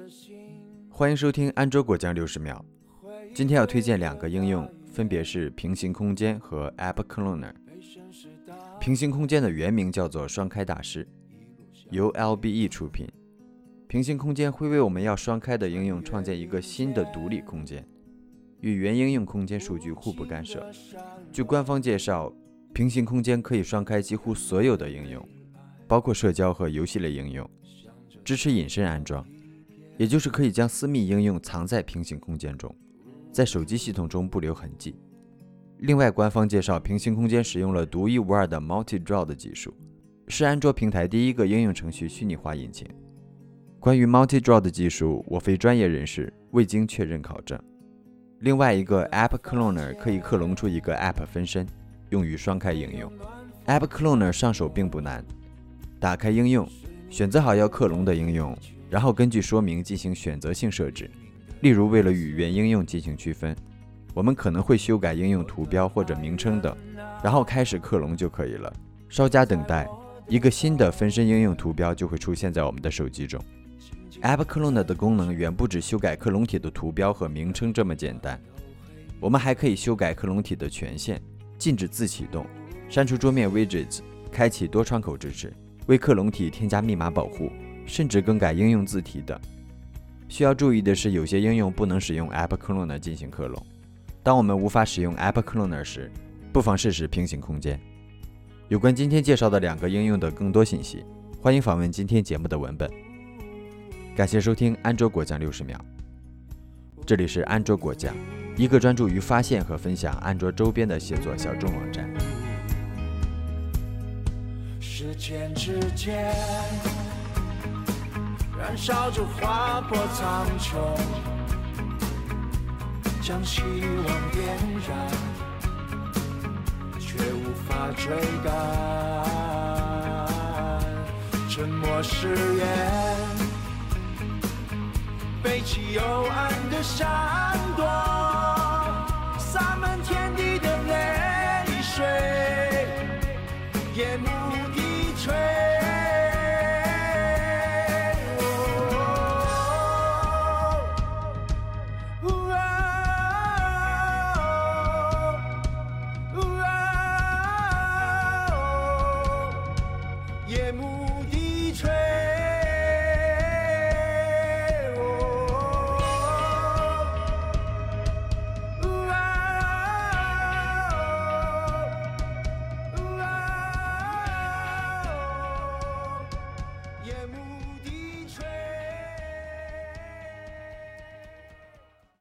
欢迎收听安卓果酱60秒。今天要推荐2个应用，分别是平行空间和 App Cloner。平行空间的原名叫做双开大师，由 LBE 出品。平行空间会为我们要双开的应用创建一个新的独立空间，与原应用空间数据互不干涉。据官方介绍，平行空间可以双开几乎所有的应用，包括社交和游戏类应用，支持隐身安装，也就是可以将私密应用藏在平行空间中，在手机系统中不留痕迹。另外，官方介绍平行空间使用了独一无二的 Multi-Draw 的技术，是安卓平台第一个应用程序虚拟化引擎。关于 Multi-Draw 的技术，我非专业人士，未经确认考证。另外一个 App Cloner 可以克隆出一个 App 分身，用于双开应用。App Cloner 上手并不难，打开应用，选择好要克隆的应用，然后根据说明进行选择性设置。例如，为了与原应用进行区分，我们可能会修改应用图标或者名称等，然后开始克隆就可以了。稍加等待，一个新的分身应用图标就会出现在我们的手机中。App Cloner 的功能远不止修改克隆体的图标和名称这么简单，我们还可以修改克隆体的权限，禁止自启动，删除桌面 widgets， 开启多窗口支持，为克隆体添加密码保护，甚至更改应用字体等。需要注意的是，有些应用不能使用 App Cloner 进行克隆。当我们无法使用 App Cloner 时，不妨试试平行空间。有关今天介绍的2个应用的更多信息，欢迎访问今天节目的文本。感谢收听安卓果酱60秒，这里是安卓果酱，一个专注于发现和分享安卓周边的写作小众网站。 时间之间燃烧着划破苍穹，将希望点燃，却无法追赶。沉默誓言，背弃幽暗的闪躲，洒满天地的泪水，夜幕低垂。